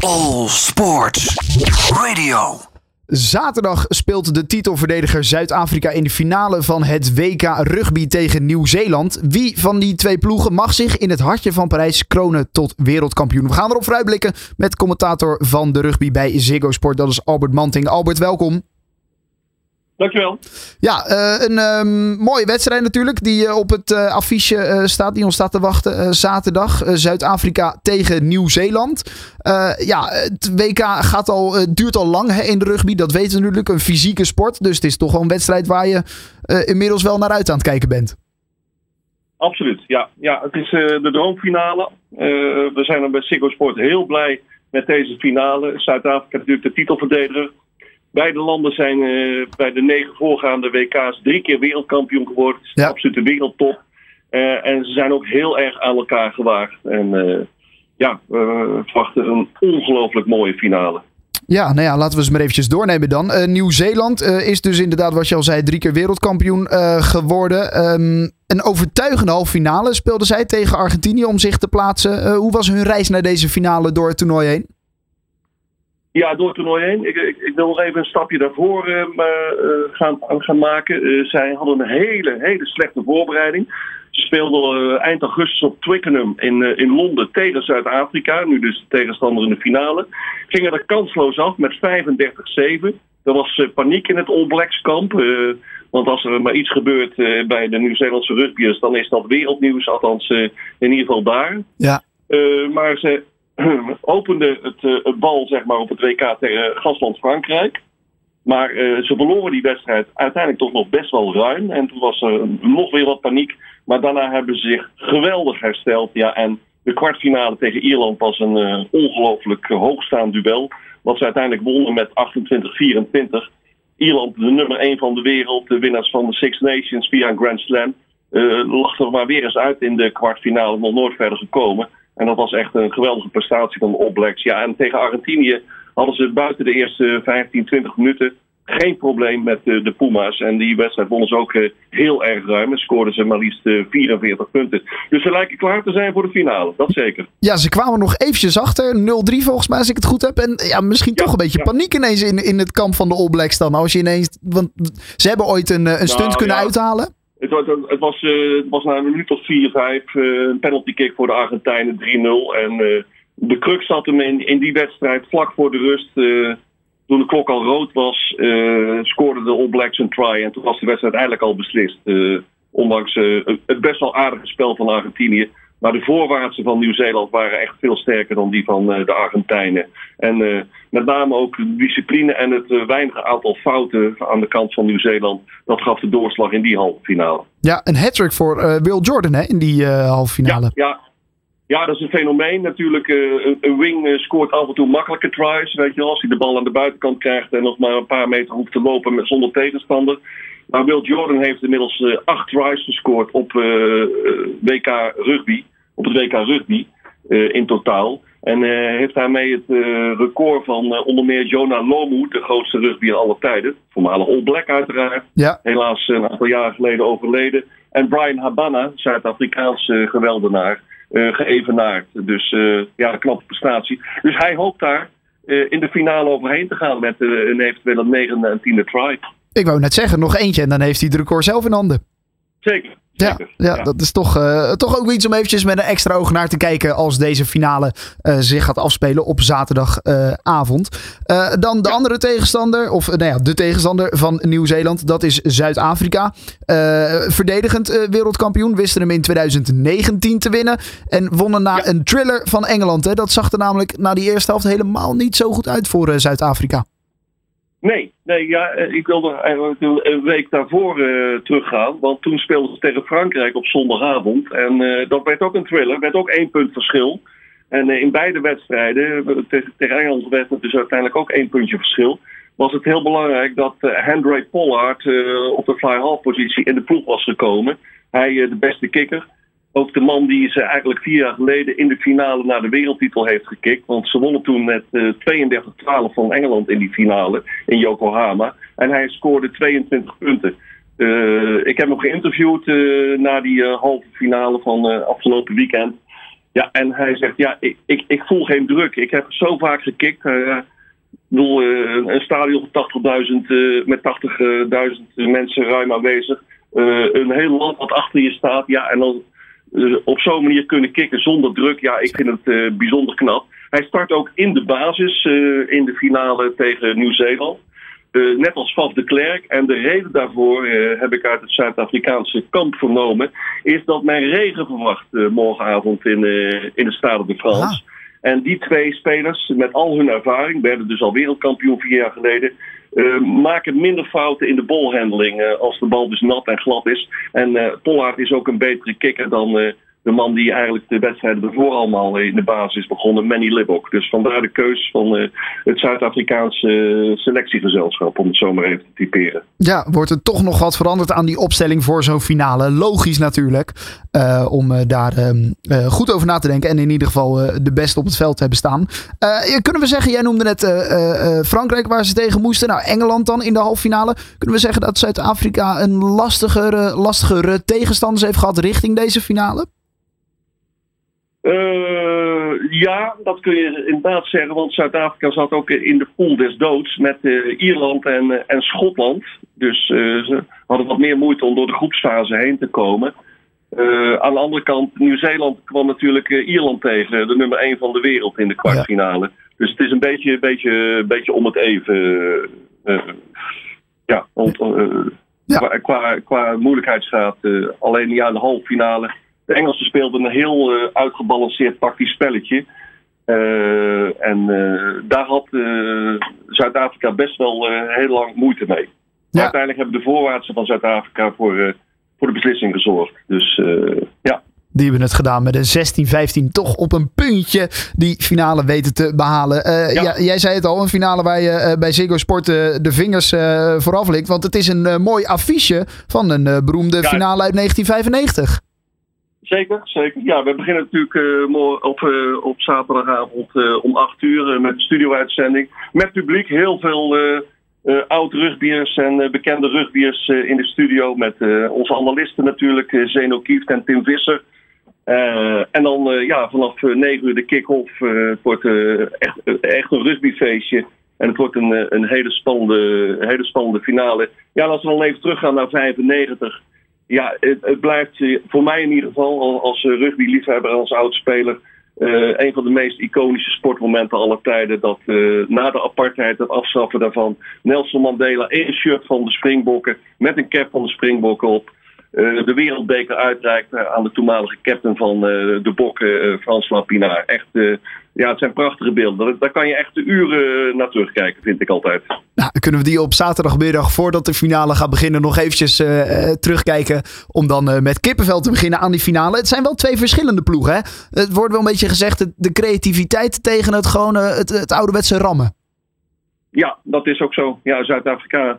All Sports Radio. Zaterdag speelt de titelverdediger Zuid-Afrika in de finale van het WK Rugby tegen Nieuw-Zeeland. Wie van die twee ploegen mag zich in het hartje van Parijs kronen tot wereldkampioen? We gaan erop vooruitblikken met commentator van de rugby bij Ziggo Sport. Dat is Albert Manting. Albert, welkom. Dankjewel. Ja, een mooie wedstrijd natuurlijk die op het affiche staat, die ons staat te wachten zaterdag. Zuid-Afrika tegen Nieuw-Zeeland. Het WK duurt al lang in de rugby, dat weten we natuurlijk. Een fysieke sport, dus het is toch wel een wedstrijd waar je inmiddels wel naar uit aan het kijken bent. Absoluut, ja. Het is de droomfinale. We zijn er bij Ziggo Sport heel blij met deze finale. Zuid-Afrika natuurlijk de titelverdediger. Beide landen zijn bij de 9 voorgaande WK's 3 keer wereldkampioen geworden. Het is de absolute wereldtop. En ze zijn ook heel erg aan elkaar gewaagd. En we verwachten een ongelooflijk mooie finale. Ja, laten we eens maar eventjes doornemen dan. Nieuw-Zeeland is dus inderdaad, wat je al zei, 3 keer wereldkampioen geworden. Een overtuigende halve finale speelden zij tegen Argentinië om zich te plaatsen. Hoe was hun reis naar deze finale door het toernooi heen? Ja, door het toernooi heen. Ik wil nog even een stapje daarvoor gaan maken. Zij hadden een hele slechte voorbereiding. Ze speelden eind augustus op Twickenham in Londen tegen Zuid-Afrika. Nu dus de tegenstander in de finale. Gingen er kansloos af met 35-7. Er was paniek in het All Blacks kamp. Want als er maar iets gebeurt bij de Nieuw-Zeelandse rugbyers, dan is dat wereldnieuws. Althans in ieder geval daar. Ja. Maar ze opende het bal zeg maar, op het WK tegen gastland Frankrijk. Maar ze verloren die wedstrijd uiteindelijk toch nog best wel ruim. En toen was er nog weer wat paniek. Maar daarna hebben ze zich geweldig hersteld. Ja, en de kwartfinale tegen Ierland was een ongelooflijk hoogstaand duel. Wat ze uiteindelijk wonnen met 28-24. Ierland, de nummer 1 van de wereld, de winnaars van de Six Nations via een Grand Slam, lag er maar weer eens uit in de kwartfinale, nog nooit verder gekomen. En dat was echt een geweldige prestatie van de All Blacks. Ja, en tegen Argentinië hadden ze buiten de eerste 15, 20 minuten geen probleem met de Puma's. En die wedstrijd wonnen ze ook heel erg ruim. En scoorden ze maar liefst 44 punten. Dus ze lijken klaar te zijn voor de finale. Dat zeker. Ja, ze kwamen nog eventjes achter. 0-3 volgens mij, als ik het goed heb. En misschien toch een beetje paniek ineens in het kamp van de All Blacks dan. Als je ineens, want ze hebben ooit een stunt kunnen uithalen. Het was na een minuut of 4-5 een penalty kick voor de Argentijnen, 3-0. En de crux zat hem in die wedstrijd vlak voor de rust. Toen de klok al rood was, scoorden de All Blacks een try. En toen was de wedstrijd eigenlijk al beslist. Ondanks het best wel aardige spel van Argentinië. Maar de voorwaartsen van Nieuw-Zeeland waren echt veel sterker dan die van de Argentijnen. En met name ook de discipline en het weinige aantal fouten aan de kant van Nieuw-Zeeland. Dat gaf de doorslag in die halve finale. Ja, een hat-trick voor Will Jordan hè, in die halve finale. Ja, dat is een fenomeen. Natuurlijk, een wing scoort af en toe makkelijke tries. Weet je wel, als hij de bal aan de buitenkant krijgt en nog maar een paar meter hoeft te lopen zonder tegenstander. Maar Will Jordan heeft inmiddels 8 tries gescoord op WK Rugby. Op het WK Rugby in totaal. En heeft daarmee het record van onder meer Jonah Lomu, de grootste rugbyer aller tijden. Voormalig All Black uiteraard. Ja. Helaas een aantal jaren geleden overleden. En Brian Habana, Zuid-Afrikaanse geweldenaar, geëvenaard. Dus een knappe prestatie. Dus hij hoopt daar in de finale overheen te gaan met een eventuele 9e en 10e try. Ik wou net zeggen, nog eentje en dan heeft hij het record zelf in handen. Zeker. Ja, dat is toch ook iets om eventjes met een extra oog naar te kijken als deze finale zich gaat afspelen op zaterdagavond. Dan de andere tegenstander, de tegenstander van Nieuw-Zeeland, dat is Zuid-Afrika. Verdedigend wereldkampioen, wisten hem in 2019 te winnen en wonnen na een thriller van Engeland. Hè. Dat zag er namelijk na die eerste helft helemaal niet zo goed uit voor Zuid-Afrika. Nee, ik wilde eigenlijk een week daarvoor teruggaan. Want toen speelden ze tegen Frankrijk op zondagavond. En dat werd ook een thriller, werd ook 1 punt verschil. En in beide wedstrijden, tegen Engeland werd het dus uiteindelijk ook 1 puntje verschil. Was het heel belangrijk dat Handré Pollard op de fly-half positie in de ploeg was gekomen. Hij de beste kikker. Ook de man die ze eigenlijk 4 jaar geleden in de finale naar de wereldtitel heeft gekikt. Want ze wonnen toen met 32-12 van Engeland in die finale in Yokohama. En hij scoorde 22 punten. Ik heb hem geïnterviewd na die halve finale van afgelopen weekend. Ja, en hij zegt, ik voel geen druk. Ik heb zo vaak gekikt. Een stadion van 80.000 met 80.000 mensen ruim aanwezig. Een heel land wat achter je staat. Ja, en dan op zo'n manier kunnen kicken zonder druk. Ja, ik vind het bijzonder knap. Hij start ook in de basis in de finale tegen Nieuw-Zeeland. Net als Faf de Klerk. En de reden daarvoor, heb ik uit het Zuid-Afrikaanse kamp vernomen, is dat men regen verwacht morgenavond in de Stade de France. Aha. En die twee spelers, met al hun ervaring, werden dus al wereldkampioen 4 jaar geleden, maken minder fouten in de bolhandeling als de bal dus nat en glad is. En Pollard is ook een betere kicker dan de man die eigenlijk de wedstrijden ervoor allemaal in de basis is begonnen, Manny Libbok. Dus vandaar de keus van het Zuid-Afrikaanse selectiegezelschap, om het zo maar even te typeren. Ja, wordt er toch nog wat veranderd aan die opstelling voor zo'n finale? Logisch natuurlijk, om daar goed over na te denken en in ieder geval de beste op het veld te hebben staan. Kunnen we zeggen, jij noemde net Frankrijk waar ze tegen moesten. Nou, Engeland dan in de halve finale. Kunnen we zeggen dat Zuid-Afrika een lastigere tegenstanders heeft gehad richting deze finale? Ja, dat kun je inderdaad zeggen, want Zuid-Afrika zat ook in de pool des doods met Ierland en Schotland. Dus ze hadden wat meer moeite om door de groepsfase heen te komen. Aan de andere kant, Nieuw-Zeeland kwam natuurlijk Ierland tegen, de nummer 1 van de wereld in de kwartfinale. Ja. Dus het is een beetje om het even. Qua moeilijkheidsgraad. Alleen in de halve finale. De Engelsen speelden een heel uitgebalanceerd tactisch spelletje. Daar had Zuid-Afrika best wel heel lang moeite mee. Maar uiteindelijk hebben de voorwaartsen van Zuid-Afrika voor de beslissing gezorgd. Dus ja. Die hebben het gedaan met een 16-15 toch op een puntje die finale weten te behalen. Jij zei het al, een finale waar je bij Ziggo Sport de vingers vooraf likt. Want het is een mooi affiche van een beroemde finale uit 1995. Zeker. Ja, we beginnen natuurlijk op zaterdagavond om 8:00 met de studio-uitzending. Met publiek, heel veel oud-rugbiers en bekende rugbiers in de studio. Met onze analisten natuurlijk, Zeno Kieft en Tim Visser. En dan vanaf 9:00 de kick-off. Het wordt echt een rugbyfeestje. En het wordt een hele spannende finale. Ja, als we dan even teruggaan naar 95. Ja, het blijft voor mij in ieder geval als rugbyliefhebber en als oudspeler een van de meest iconische sportmomenten aller tijden. Dat na de apartheid, het afschaffen daarvan, Nelson Mandela in een shirt van de Springbokken met een cap van de Springbokken op de wereldbeker uitreikt aan de toenmalige captain van de Bokken, Frans Lapinaar. Echt, het zijn prachtige beelden. Daar kan je echt de uren naar terugkijken, vind ik altijd. Nou, kunnen we die op zaterdagmiddag, voordat de finale gaat beginnen, nog eventjes terugkijken. Om dan met kippenvel te beginnen aan die finale. Het zijn wel twee verschillende ploegen, hè? Het wordt wel een beetje gezegd, de creativiteit tegen het ouderwetse rammen. Ja, dat is ook zo. Ja, Zuid-Afrika,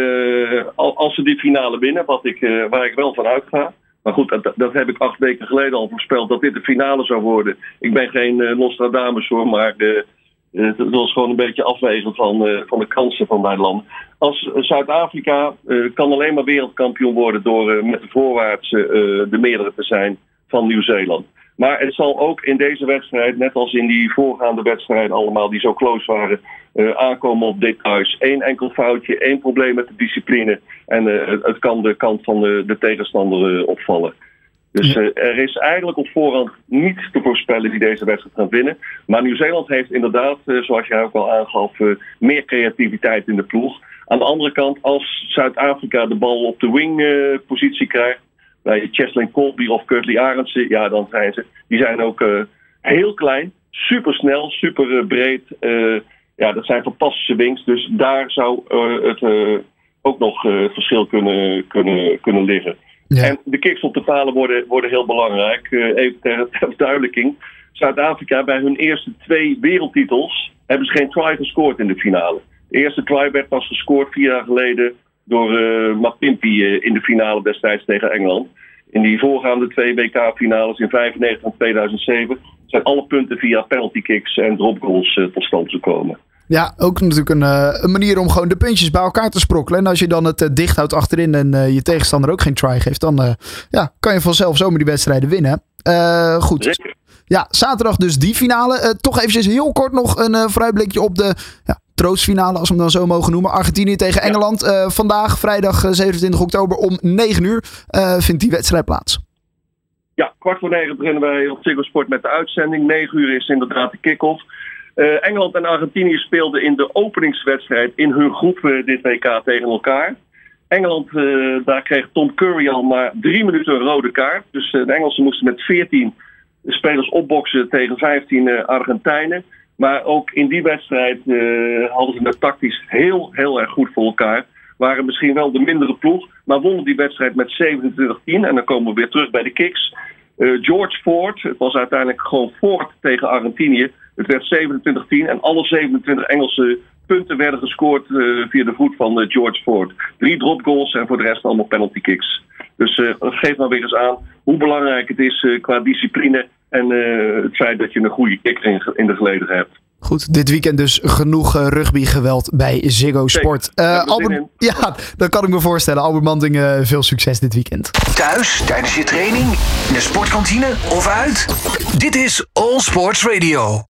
als ze die finale winnen, waar ik wel van uitga. Maar goed, dat heb ik 8 weken geleden al voorspeld, dat dit de finale zou worden. Ik ben geen Nostradamus hoor, maar het was gewoon een beetje afwezend van de kansen van dat land. Als Zuid-Afrika kan alleen maar wereldkampioen worden door met de voorwaarts de meerdere te zijn van Nieuw-Zeeland. Maar het zal ook in deze wedstrijd, net als in die voorgaande wedstrijden allemaal die zo close waren, aankomen op details. 1 enkel foutje, 1 probleem met de discipline. En het kan de kant van de tegenstander opvallen. Dus er is eigenlijk op voorhand niet te voorspellen wie deze wedstrijd gaat winnen. Maar Nieuw-Zeeland heeft inderdaad, zoals jij ook al aangaf, meer creativiteit in de ploeg. Aan de andere kant, als Zuid-Afrika de bal op de wingpositie krijgt, bij Cheslin Colby of Curtly Arendse, ja, dan zijn ze. Die zijn ook heel klein, super snel, super breed. Dat zijn fantastische wings. Dus daar zou het ook nog verschil kunnen liggen. Ja. En de kicks op de palen worden heel belangrijk. Even ter verduidelijking. Zuid-Afrika bij hun eerste 2 wereldtitels hebben ze geen try gescoord in de finale. De eerste try werd pas gescoord 4 jaar geleden door Mapimpi in de finale destijds tegen Engeland. In die voorgaande 2 WK-finales in 1995 en 2007 zijn alle punten via penalty kicks en dropgoals tot stand gekomen. Ja, ook natuurlijk een manier om gewoon de puntjes bij elkaar te sprokkelen. En als je dan het dicht houdt achterin en je tegenstander ook geen try geeft, dan kan je vanzelf zomaar die wedstrijden winnen. Goed. Zeker. Ja, zaterdag dus die finale. Toch eventjes heel kort nog een vooruitblikje op de troostfinale, als we hem dan zo mogen noemen. Argentinië tegen Engeland. Vandaag, vrijdag 27 oktober om 9 uur vindt die wedstrijd plaats. Ja, 8:45 beginnen wij op Ziggo Sport met de uitzending. 9 uur is inderdaad de kick-off. Engeland en Argentinië speelden in de openingswedstrijd in hun groep dit WK tegen elkaar. Engeland, daar kreeg Tom Curry al na 3 minuten een rode kaart. Dus de Engelsen moesten met 14 spelers opboksen tegen 15 Argentijnen. Maar ook in die wedstrijd hadden ze het tactisch heel erg goed voor elkaar. Waren misschien wel de mindere ploeg, maar wonnen die wedstrijd met 27-10. En dan komen we weer terug bij de kicks. George Ford, het was uiteindelijk gewoon Ford tegen Argentinië. Het werd 27-10 en alle 27 Engelse punten werden gescoord via de voet van George Ford. 3 dropgoals en voor de rest allemaal penalty kicks. Dus geef maar weer eens aan hoe belangrijk het is qua discipline en het feit dat je een goede kicker in de geleden hebt. Goed, dit weekend dus genoeg rugbygeweld bij Ziggo Sport. Albert, ja, dat kan ik me voorstellen. Albert Manting, veel succes dit weekend. Thuis, tijdens je training, in de sportkantine of uit? Dit is All Sports Radio.